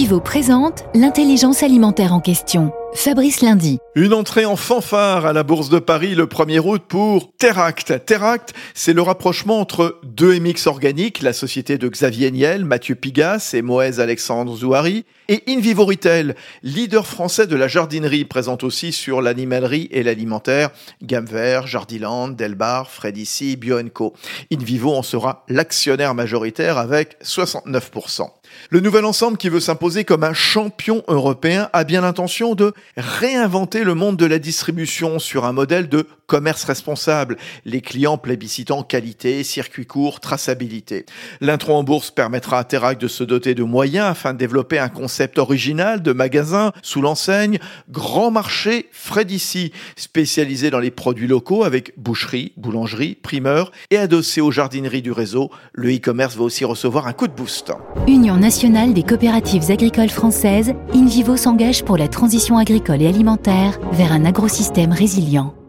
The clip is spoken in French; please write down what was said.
InVivo présente l'intelligence alimentaire en question. Fabrice Lundi. Une entrée en fanfare à la Bourse de Paris le 1er août pour Teract. Teract, c'est le rapprochement entre 2MX Organic, la société de Xavier Niel, Mathieu Pigasse et Moez Alexandre Zouhari, et InVivo Retail, leader français de la jardinerie, présente aussi sur l'animalerie et l'alimentaire, Gamme Vert, Jardiland, Delbar, Frédici, Bio & Co. InVivo en sera l'actionnaire majoritaire avec 69%. Le nouvel ensemble qui veut s'imposer comme un champion européen a bien l'intention de réinventer le monde de la distribution sur un modèle de commerce responsable, les clients plébiscitant qualité, circuit court, traçabilité. L'intro en bourse permettra à Teract de se doter de moyens afin de développer un concept original de magasin sous l'enseigne Grand Marché Frédici, spécialisé dans les produits locaux avec boucherie, boulangerie, primeur et adossé aux jardineries du réseau. Le e-commerce va aussi recevoir un coup de boost. Union nationale des coopératives agricoles françaises, InVivo s'engage pour la transition agricole et alimentaire vers un agrosystème résilient.